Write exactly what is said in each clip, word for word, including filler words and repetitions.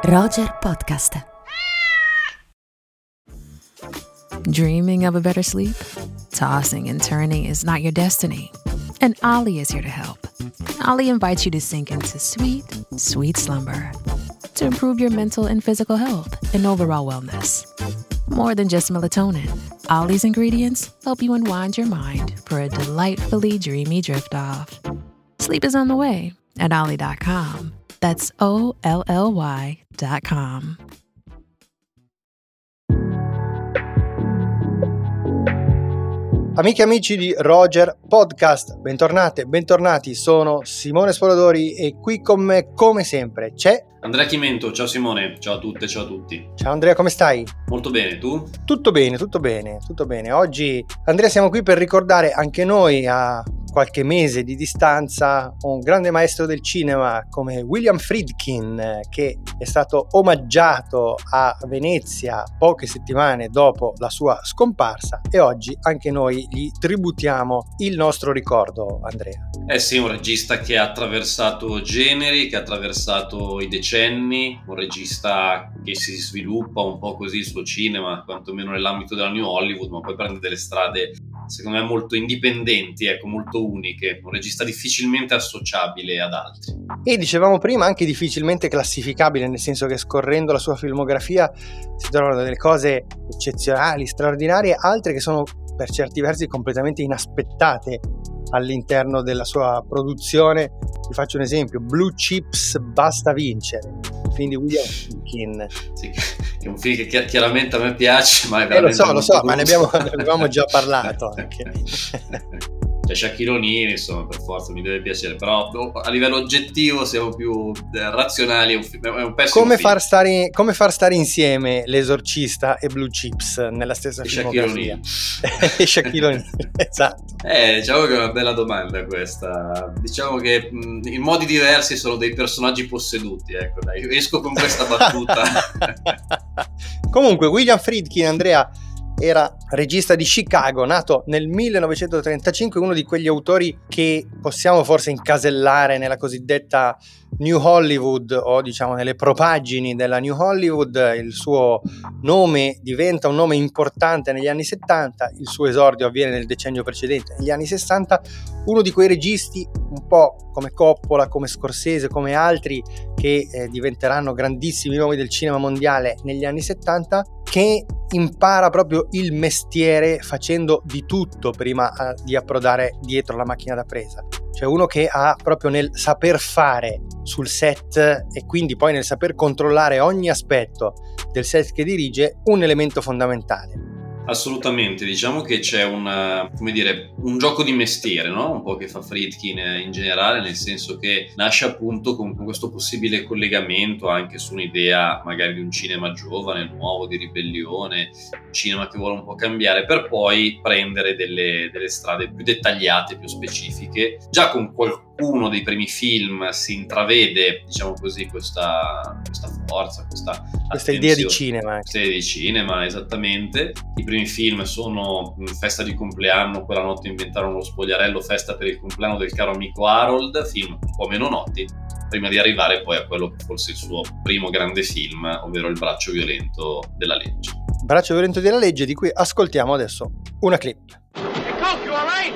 Roger Podcast. Dreaming of a better sleep? Tossing and turning is not your destiny. And Ollie is here to help. Ollie invites you to sink into sweet, sweet slumber to improve your mental and physical health and overall wellness. More than just melatonin, Ollie's ingredients help you unwind your mind for a delightfully dreamy drift off. Sleep is on the way at ollie dot com. That's O L L Y dot com. Amiche e amici di Roger Podcast, bentornate, bentornati, sono Simone Sporadori e qui con me, come sempre, c'è Andrea Chimento. Ciao Simone, ciao a tutte, ciao a tutti. Ciao Andrea, come stai? Molto bene, tu? Tutto bene, tutto bene, tutto bene. Oggi, Andrea, siamo qui per ricordare anche noi, a qualche mese di distanza, un grande maestro del cinema come William Friedkin, che è stato omaggiato a Venezia poche settimane dopo la sua scomparsa, e oggi anche noi gli tributiamo il nostro ricordo, Andrea. Eh sì, un regista che ha attraversato generi, che ha attraversato i decenni, un regista che si sviluppa un po' così il suo cinema, quantomeno nell'ambito della New Hollywood, ma poi prende delle strade secondo me molto indipendenti, ecco, molto uniche, un regista difficilmente associabile ad altri. E dicevamo prima anche difficilmente classificabile, nel senso che scorrendo la sua filmografia si trovano delle cose eccezionali, straordinarie, altre che sono per certi versi completamente inaspettate all'interno della sua produzione. Vi faccio un esempio: Blue Chips, Basta vincere, film di William Friedkin. Sì, è un film che chiaramente a me piace, ma è eh, lo veramente so, lo so, brutto. ma ne abbiamo, ne abbiamo già parlato anche. Cioè Shaquille O'Neal, insomma, per forza mi deve piacere, però a livello oggettivo siamo più eh, razionali, è un, film, è un pessimo come film. far stare come far stare insieme L'Esorcista e Blue Chips nella stessa e filmografia? E Shaquille O'Neal, esatto. Eh, diciamo che è una bella domanda questa. Diciamo che mh, in modi diversi sono dei personaggi posseduti, ecco, dai, esco con questa battuta. Comunque William Friedkin, Andrea, era regista di Chicago, nato nel millenovecentotrentacinque, uno di quegli autori che possiamo forse incasellare nella cosiddetta New Hollywood, o diciamo nelle propaggini della New Hollywood. Il suo nome diventa un nome importante negli anni settanta, il suo esordio avviene nel decennio precedente, negli anni sessanta, uno di quei registi un po' come Coppola, come Scorsese, come altri che eh, diventeranno grandissimi nomi del cinema mondiale negli anni settanta, che impara proprio il mestiere facendo di tutto prima eh, di approdare dietro la macchina da presa. Cioè uno che ha proprio nel saper fare sul set e quindi poi nel saper controllare ogni aspetto del set che dirige un elemento fondamentale. Assolutamente, diciamo che c'è un, come dire, un gioco di mestiere, no? Un po' che fa Friedkin in generale, nel senso che nasce appunto con questo possibile collegamento anche su un'idea magari di un cinema giovane, nuovo, di ribellione, un cinema che vuole un po' cambiare, per poi prendere delle, delle strade più dettagliate, più specifiche. Già con qualcuno dei primi film si intravede, diciamo così, questa, questa forza, questa, questa idea di cinema. Questa idea di cinema, esattamente. I primi film sono Festa di compleanno, Quella notte inventarono lo spogliarello, Festa per il compleanno del caro amico Harold, film un po' meno noti, prima di arrivare poi a quello che forse è il suo primo grande film, ovvero Il braccio violento della legge. Braccio violento della legge, di cui ascoltiamo adesso una clip. Hey, Coke, you all right?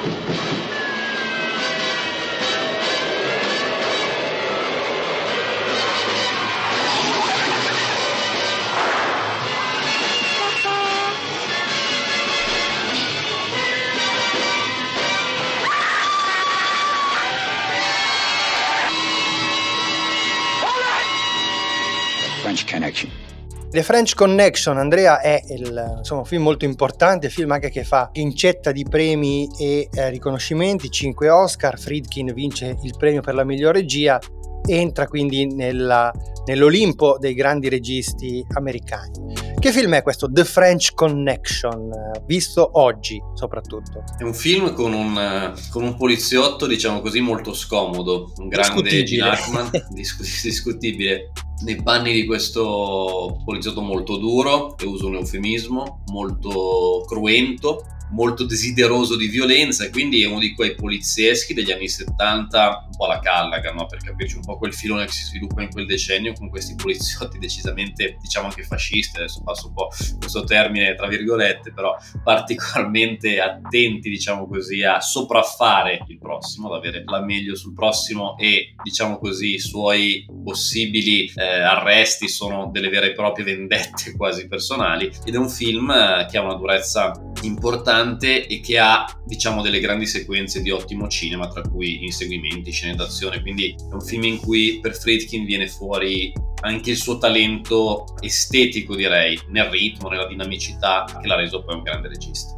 French Connection. The French Connection, Andrea, è il, insomma, un film molto importante, film anche che fa incetta di premi e eh, riconoscimenti, cinque Oscar. Friedkin vince il premio per la miglior regia, entra quindi nella, nell'Olimpo dei grandi registi americani. Che film è questo The French Connection, visto oggi soprattutto? È un film con un, con un poliziotto, diciamo così, molto scomodo, un grande Gene Hackman, discu- discutibile, nei panni di questo poliziotto molto duro, e uso un eufemismo, molto cruento, molto desideroso di violenza, e quindi è uno di quei polizieschi degli anni settanta, un po' alla Callaghan, no? Per capirci un po' quel filone che si sviluppa in quel decennio, con questi poliziotti decisamente, diciamo anche fascisti, adesso passo un po' questo termine tra virgolette, però particolarmente attenti, diciamo così, a sopraffare il prossimo, ad avere la meglio sul prossimo, e diciamo così i suoi possibili eh, arresti sono delle vere e proprie vendette quasi personali, ed è un film eh, che ha una durezza importante e che ha, diciamo, delle grandi sequenze di ottimo cinema, tra cui inseguimenti, scene d'azione, quindi è un film in cui per Friedkin viene fuori anche il suo talento estetico, direi, nel ritmo, nella dinamicità, che l'ha reso poi un grande regista.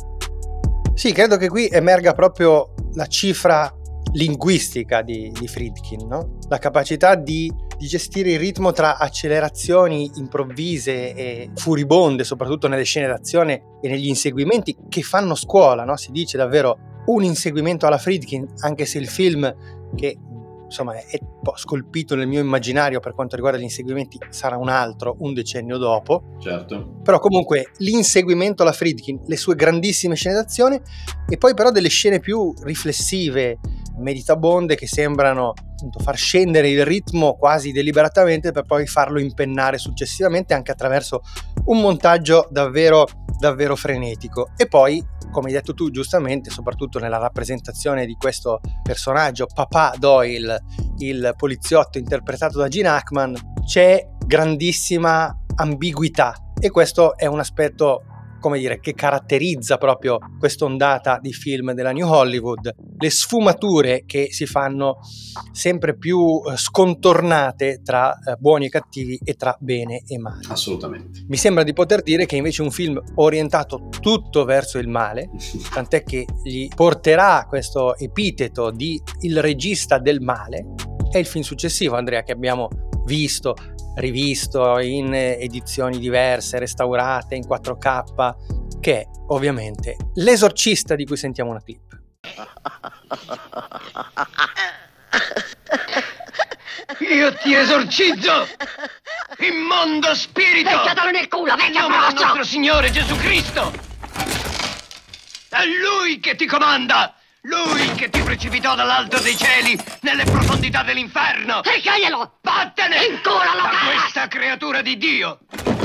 Sì, credo che qui emerga proprio la cifra linguistica di, di Friedkin, no? La capacità di, di gestire il ritmo tra accelerazioni improvvise e furibonde, soprattutto nelle scene d'azione e negli inseguimenti che fanno scuola, no? Si dice davvero un inseguimento alla Friedkin, anche se il film, che insomma è un po' scolpito nel mio immaginario per quanto riguarda gli inseguimenti, sarà un altro un decennio dopo. Certo. Però comunque l'inseguimento alla Friedkin, le sue grandissime scene d'azione, e poi però delle scene più riflessive, meditabonde, che sembrano appunto far scendere il ritmo quasi deliberatamente per poi farlo impennare successivamente anche attraverso un montaggio davvero davvero frenetico. E poi, come hai detto tu giustamente, soprattutto nella rappresentazione di questo personaggio, Papà Doyle, il poliziotto interpretato da Gene Hackman, c'è grandissima ambiguità, e questo è un aspetto, come dire, che caratterizza proprio quest'ondata di film della New Hollywood, le sfumature che si fanno sempre più scontornate tra buoni e cattivi e tra bene e male. Assolutamente. Mi sembra di poter dire che invece un film orientato tutto verso il male, tant'è che gli porterà questo epiteto di il regista del male, è il film successivo, Andrea, che abbiamo visto, rivisto in edizioni diverse, restaurate in quattro K, che è ovviamente L'Esorcista, di cui sentiamo una clip. Io ti esorcizzo, immondo spirito! Beccatelo nel culo, venga, in nome del braccio! nostro Signore Gesù Cristo! È Lui che ti comanda! Lui che ti precipitò dall'alto dei cieli nelle profondità dell'inferno! Cercaglielo! Vattene! In culo alla da cara! questa creatura di Dio!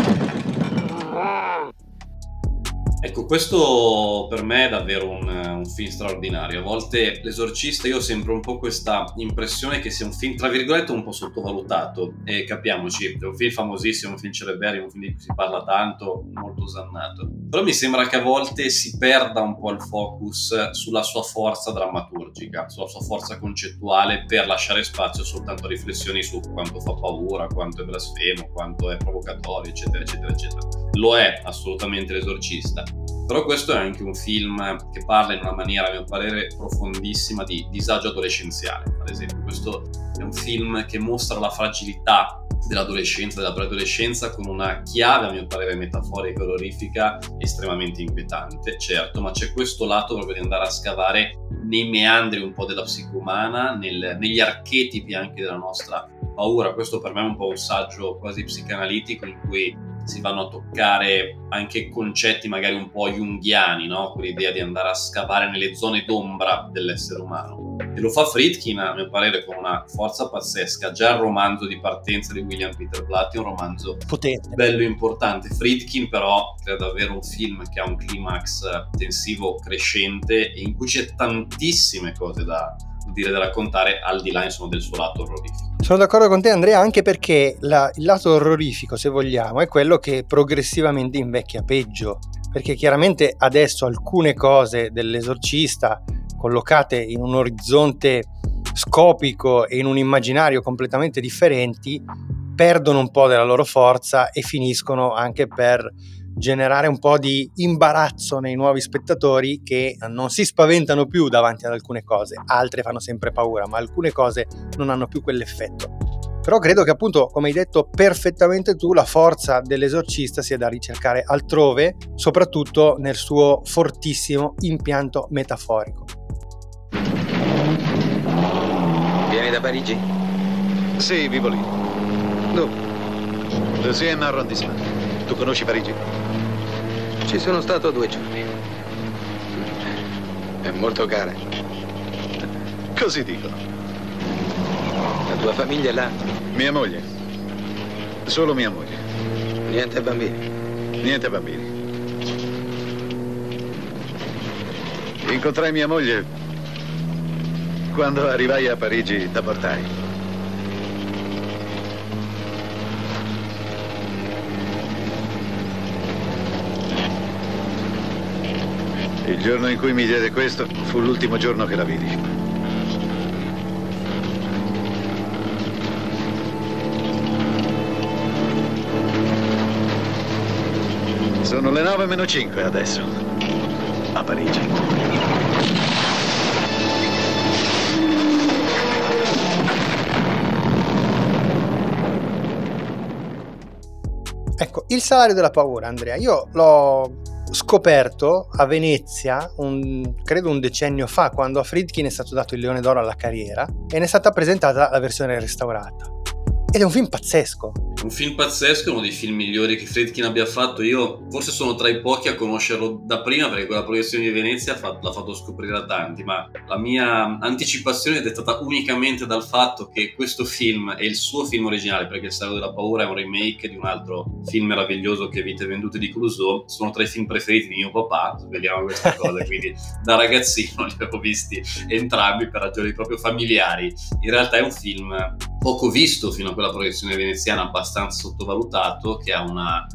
Ecco, questo per me è davvero un, un film straordinario. A volte L'Esorcista, io ho sempre un po' questa impressione che sia un film, tra virgolette, un po' sottovalutato, e capiamoci, è un film famosissimo, un film celeberrimo, un film di cui si parla tanto, molto osannato, però mi sembra che a volte si perda un po' il focus sulla sua forza drammaturgica, sulla sua forza concettuale, per lasciare spazio soltanto a riflessioni su quanto fa paura, quanto è blasfemo, quanto è provocatorio, eccetera eccetera eccetera. Lo è assolutamente L'Esorcista, però questo è anche un film che parla in una maniera, a mio parere, profondissima di disagio adolescenziale. Ad esempio, questo è un film che mostra la fragilità dell'adolescenza, della preadolescenza, con una chiave, a mio parere, metaforica e olorifica estremamente inquietante, certo, ma c'è questo lato proprio di andare a scavare nei meandri un po' della psiche umana, nel, negli archetipi anche della nostra paura. Questo per me è un po' un saggio quasi psicanalitico, in cui si vanno a toccare anche concetti magari un po' junghiani, no? Quell'idea di andare a scavare nelle zone d'ombra dell'essere umano. E lo fa Friedkin, a mio parere, con una forza pazzesca. Già il romanzo di partenza di William Peter Blatty è un romanzo potente, bello e importante. Friedkin però è davvero un film che ha un climax tensivo crescente, e in cui c'è tantissime cose da dire, da raccontare, al di là, insomma, del suo lato orrorifico. Sono d'accordo con te, Andrea, anche perché la, il lato orrorifico, se vogliamo, è quello che progressivamente invecchia peggio, perché chiaramente adesso alcune cose dell'Esorcista, collocate in un orizzonte scopico e in un immaginario completamente differenti, perdono un po' della loro forza e finiscono anche per generare un po' di imbarazzo nei nuovi spettatori, che non si spaventano più davanti ad alcune cose. Altre fanno sempre paura, ma alcune cose non hanno più quell'effetto. Però credo che, appunto, come hai detto perfettamente tu, la forza dell'Esorcista sia da ricercare altrove, soprattutto nel suo fortissimo impianto metaforico. Vieni da Parigi? Sì, vivo lì. Dove? Deuxième arrondissement. Tu conosci Parigi? Ci sono stato due giorni. È molto cara. Così dicono. La tua famiglia è là? Mia moglie. Solo mia moglie. Niente bambini? Niente bambini. Incontrai mia moglie quando arrivai a Parigi da portai. Il giorno in cui mi diede questo fu l'ultimo giorno che la vidi. Sono le nove meno cinque adesso, a Parigi. Ecco, Il salario della paura, Andrea, io l'ho scoperto a Venezia, un, credo un decennio fa, quando a Friedkin è stato dato il Leone d'Oro alla carriera e ne è stata presentata la versione restaurata. Ed è un film pazzesco. Un film pazzesco, uno dei film migliori che Friedkin abbia fatto. Io forse sono tra i pochi a conoscerlo da prima, perché quella proiezione di Venezia l'ha fatto scoprire a tanti, ma la mia anticipazione è dettata unicamente dal fatto che questo film è il suo film originale, perché Il salario della paura è un remake di un altro film meraviglioso che è Vite vendute di Clouseau. Sono tra i film preferiti di mio papà, vediamo questa cosa, quindi da ragazzino li avevo visti entrambi per ragioni proprio familiari. In realtà è un film poco visto fino a quella proiezione veneziana, abbastanza sottovalutato, che ha una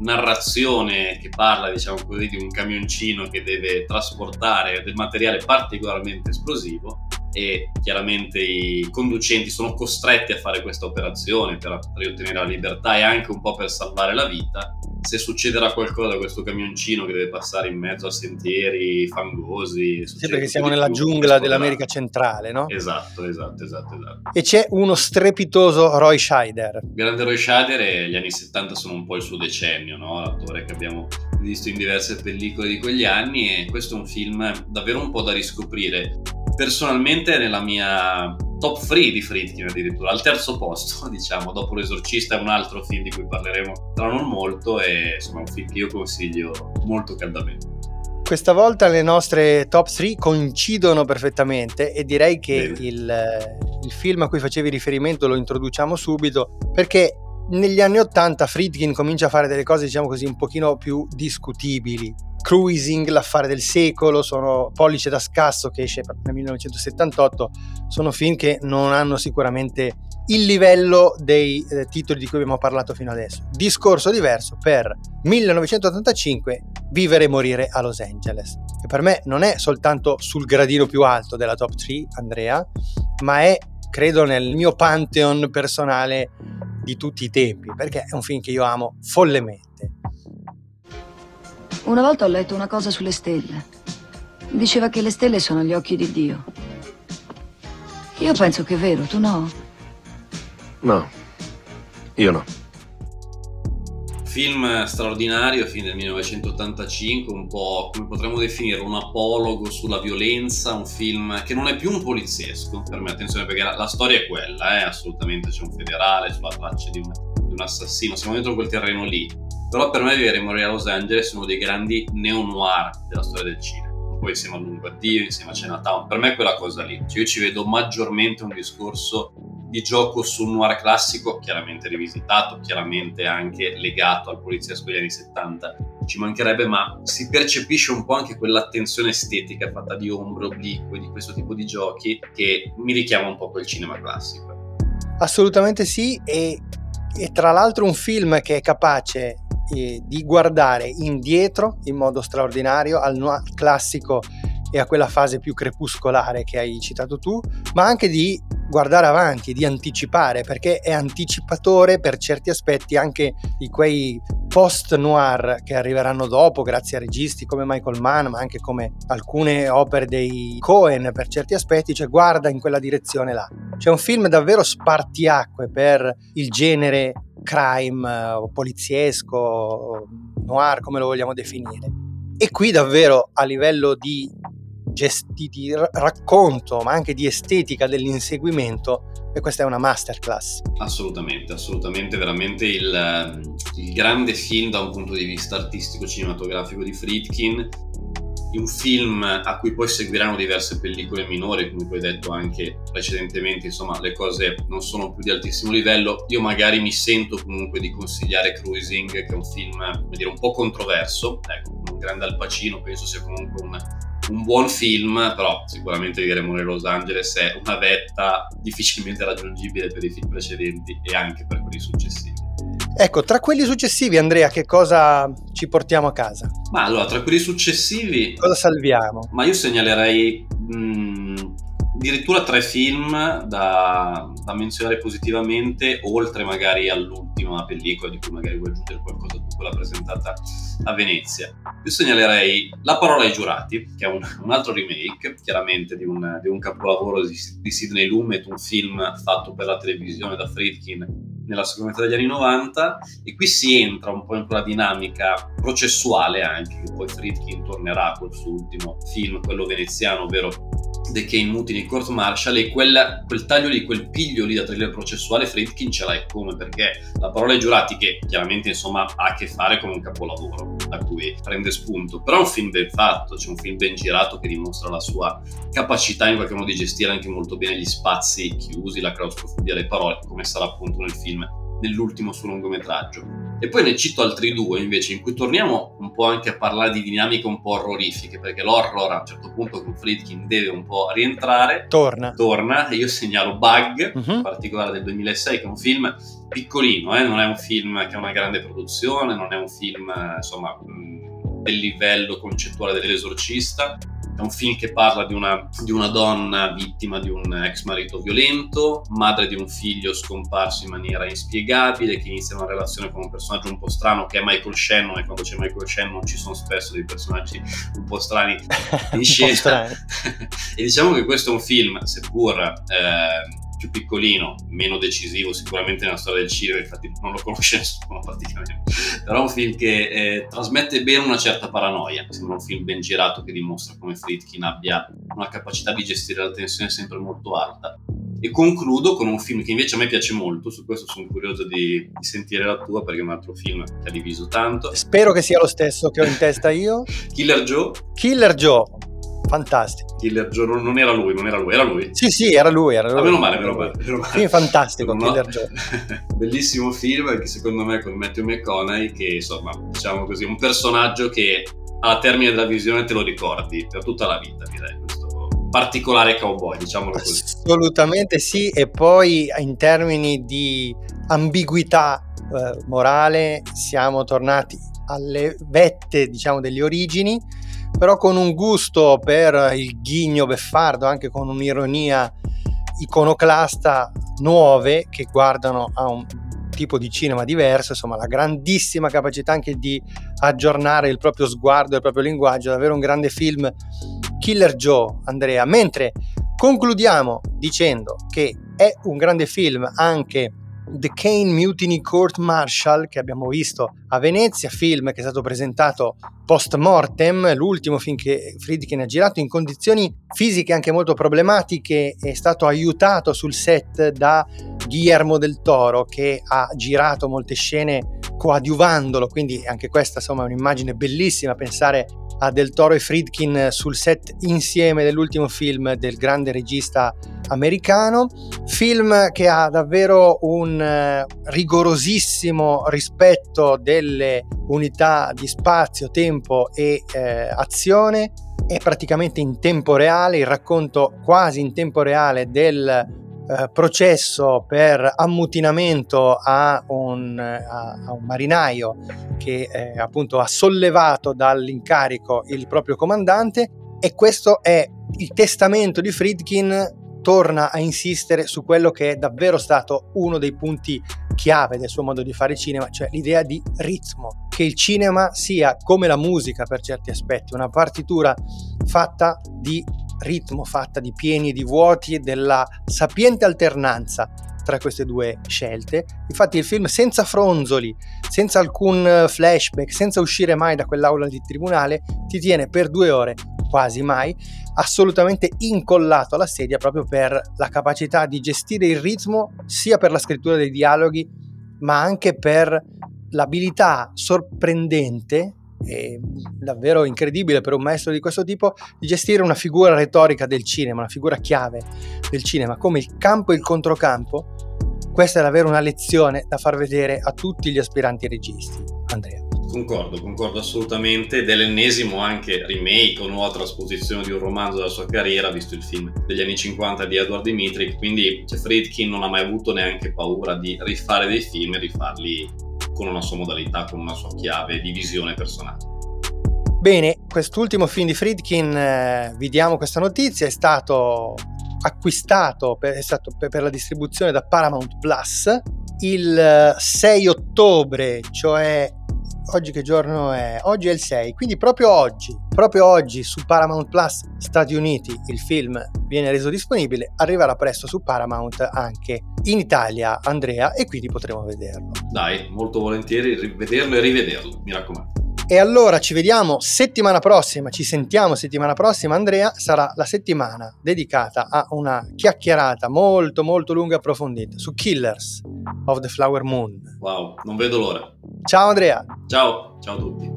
narrazione che parla, diciamo così, di un camioncino che deve trasportare del materiale particolarmente esplosivo e chiaramente i conducenti sono costretti a fare questa operazione per riottenere la libertà e anche un po' per salvare la vita. Se succederà qualcosa a questo camioncino che deve passare in mezzo a sentieri fangosi, sì, perché siamo nella giungla dell'America centrale, no? Esatto, esatto, esatto, esatto. E c'è uno strepitoso Roy Scheider. Grande Roy Scheider, e gli anni settanta sono un po' il suo decennio, no? L'attore che abbiamo visto in diverse pellicole di quegli anni, e questo è un film davvero un po' da riscoprire. Personalmente nella mia top tre di Friedkin, addirittura al terzo posto, diciamo, dopo L'Esorcista è un altro film di cui parleremo tra non molto, e insomma un film che io consiglio molto caldamente. Questa volta le nostre top tre coincidono perfettamente, e direi che il, il film a cui facevi riferimento lo introduciamo subito, perché negli anni ottanta Friedkin comincia a fare delle cose, diciamo così, un pochino più discutibili. Cruising, L'affare del secolo, sono Pollice da scasso, che esce nel millenovecentosettantotto, sono film che non hanno sicuramente il livello dei eh, titoli di cui abbiamo parlato fino adesso. Discorso diverso per millenovecentottantacinque, Vivere e morire a Los Angeles, che per me non è soltanto sul gradino più alto della top tre, Andrea, ma è, credo, nel mio pantheon personale di tutti i tempi, perché è un film che io amo follemente. Una volta ho letto una cosa sulle stelle. Diceva che le stelle sono gli occhi di Dio. Io penso che è vero, tu no? No, io no. Film straordinario, film del millenovecentottantacinque, un po' come potremmo definirlo, un apologo sulla violenza, un film che non è più un poliziesco, per me, attenzione, perché la, la storia è quella, eh, assolutamente c'è un federale sulla traccia di un, di un assassino, siamo dentro quel terreno lì. Però per me Vivere e morire a Los Angeles è uno dei grandi neo-noir della storia del cinema. Poi insieme a Lungo Addio, insieme a Chinatown, per me è quella cosa lì. Cioè io ci vedo maggiormente un discorso di gioco sul noir classico, chiaramente rivisitato, chiaramente anche legato al poliziesco degli anni settanta, ci mancherebbe, ma si percepisce un po' anche quell'attenzione estetica fatta di ombre oblique, di questo tipo di giochi, che mi richiama un po' quel cinema classico. Assolutamente sì, e, e tra l'altro un film che è capace di guardare indietro in modo straordinario al noir classico e a quella fase più crepuscolare che hai citato tu, ma anche di guardare avanti, di anticipare, perché è anticipatore per certi aspetti anche di quei post-noir che arriveranno dopo, grazie a registi come Michael Mann, ma anche come alcune opere dei Coen per certi aspetti, cioè guarda in quella direzione là. C'è un film davvero spartiacque per il genere crime o poliziesco o noir, come lo vogliamo definire, e qui davvero a livello di gesti di racconto ma anche di estetica dell'inseguimento, e questa è una masterclass. Assolutamente, assolutamente, veramente il, il grande film da un punto di vista artistico cinematografico di Friedkin. un film a cui poi seguiranno diverse pellicole minori, come tu hai detto anche precedentemente, insomma le cose non sono più di altissimo livello, io magari mi sento comunque di consigliare Cruising, che è un film, come dire, un po' controverso, ecco, con un grande Al Pacino, penso sia comunque un, un buon film, però sicuramente Vivere e morire a Los Angeles è una vetta difficilmente raggiungibile per i film precedenti e anche per quelli successivi. Ecco, tra quelli successivi, Andrea, che cosa ci portiamo a casa? Ma allora, tra quelli successivi... Cosa salviamo? Ma io segnalerei mh, addirittura tre film da, da menzionare positivamente, oltre magari all'ultima pellicola di cui magari vuoi aggiungere qualcosa tu, quella presentata a Venezia. Io segnalerei La parola ai giurati, che è un, un altro remake, chiaramente di un, di un capolavoro di, di Sidney Lumet, un film fatto per la televisione da Friedkin nella seconda metà degli anni novanta, e qui si entra un po' in quella dinamica processuale anche, che poi Friedkin tornerà col suo ultimo film, quello veneziano, ovvero The Kane Mutiny Court Martial, e quel, quel taglio lì, quel piglio lì da thriller processuale Friedkin ce l'ha, come, perché La parola ai giurati, che chiaramente insomma ha a che fare con un capolavoro da cui prende spunto, però è un film ben fatto, c'è un film ben girato che dimostra la sua capacità in qualche modo di gestire anche molto bene gli spazi chiusi, la claustrofobia delle parole, come sarà appunto nel film, nell'ultimo suo lungometraggio. E poi ne cito altri due invece, in cui torniamo un po' anche a parlare di dinamiche un po' orrorifiche, perché l'horror a un certo punto con Friedkin deve un po' rientrare. Torna. Torna, e io segnalo Bug, uh-huh. in particolare del duemilasei, che è un film piccolino, eh? Non è un film che ha una grande produzione, non è un film, insomma, del livello concettuale dell'Esorcista. È un film che parla di una, di una donna vittima di un ex marito violento, madre di un figlio scomparso in maniera inspiegabile, che inizia una relazione con un personaggio un po' strano che è Michael Shannon, e quando c'è Michael Shannon ci sono spesso dei personaggi un po' strani in scena. E diciamo che questo è un film, seppur eh, più piccolino, meno decisivo sicuramente nella storia del cinema, infatti non lo conosce nessuno praticamente, però è un film che eh, trasmette bene una certa paranoia, sembra un film ben girato che dimostra come Friedkin abbia una capacità di gestire la tensione sempre molto alta. E concludo con un film che invece a me piace molto, su questo sono curioso di, di sentire la tua, perché è un altro film che ha diviso tanto. Spero che sia lo stesso che ho in testa io. Killer Joe. Killer Joe. Fantastico. Killer Joe, non, non era lui, non era lui, era lui. Sì, sì, era lui, era lui. Ah, meno male, meno male. Meno male. Sì, fantastico, no, Killer Joe. Bellissimo film, anche secondo me con Matthew McConaughey, che insomma, diciamo così, un personaggio che alla termine della visione te lo ricordi per tutta la vita, direi, questo particolare cowboy, diciamolo così. Assolutamente sì, e poi in termini di ambiguità eh, morale siamo tornati alle vette, diciamo, delle origini, però con un gusto per il ghigno beffardo, anche con un'ironia iconoclasta, nuove, che guardano a un tipo di cinema diverso, insomma la grandissima capacità anche di aggiornare il proprio sguardo, il proprio linguaggio, davvero un grande film Killer Joe, Andrea. Mentre concludiamo dicendo che è un grande film anche The Kane Mutiny Court Martial, che abbiamo visto a Venezia, film che è stato presentato post mortem, l'ultimo film che Friedkin ha girato in condizioni fisiche anche molto problematiche, è stato aiutato sul set da Guillermo del Toro, che ha girato molte scene coadiuvandolo, quindi anche questa insomma è un'immagine bellissima, pensare a Del Toro e Friedkin sul set insieme dell'ultimo film del grande regista americano. Film che ha davvero un eh, rigorosissimo rispetto delle unità di spazio, tempo e eh, azione. È praticamente in tempo reale, il racconto quasi in tempo reale del eh, processo per ammutinamento a un, a, a un marinaio che eh, appunto ha sollevato dall'incarico il proprio comandante, e questo è il testamento di Friedkin. Torna a insistere su quello che è davvero stato uno dei punti chiave del suo modo di fare cinema, cioè l'idea di ritmo, che il cinema sia come la musica per certi aspetti, una partitura fatta di ritmo, fatta di pieni e di vuoti, della sapiente alternanza tra queste due scelte. Infatti il film, senza fronzoli, senza alcun flashback, senza uscire mai da quell'aula di tribunale, ti tiene per due ore, quasi mai, assolutamente incollato alla sedia, proprio per la capacità di gestire il ritmo, sia per la scrittura dei dialoghi, ma anche per l'abilità sorprendente è davvero incredibile per un maestro di questo tipo, di gestire una figura retorica del cinema, una figura chiave del cinema, come il campo e il controcampo. Questa è davvero una lezione da far vedere a tutti gli aspiranti registi. Andrea. Concordo, concordo assolutamente, ed è l'ennesimo anche remake o nuova trasposizione di un romanzo della sua carriera, visto il film degli anni cinquanta di Edward Dmytryk, quindi cioè, Friedkin non ha mai avuto neanche paura di rifare dei film e rifarli con una sua modalità, con una sua chiave di visione personale. Bene, quest'ultimo film di Friedkin, eh, vi diamo questa notizia, è stato acquistato per, è stato per, per la distribuzione da Paramount Plus il sei ottobre, cioè oggi che giorno è? Oggi è il sei, quindi proprio oggi, proprio oggi su Paramount Plus Stati Uniti il film viene reso disponibile, arriverà presto su Paramount anche in Italia, Andrea, e quindi potremo vederlo. Dai, molto volentieri rivederlo e rivederlo, mi raccomando. E allora ci vediamo settimana prossima, ci sentiamo settimana prossima, Andrea, sarà la settimana dedicata a una chiacchierata molto molto lunga e approfondita su Killers of the Flower Moon. Wow, non vedo l'ora. Ciao Andrea. Ciao, ciao a tutti.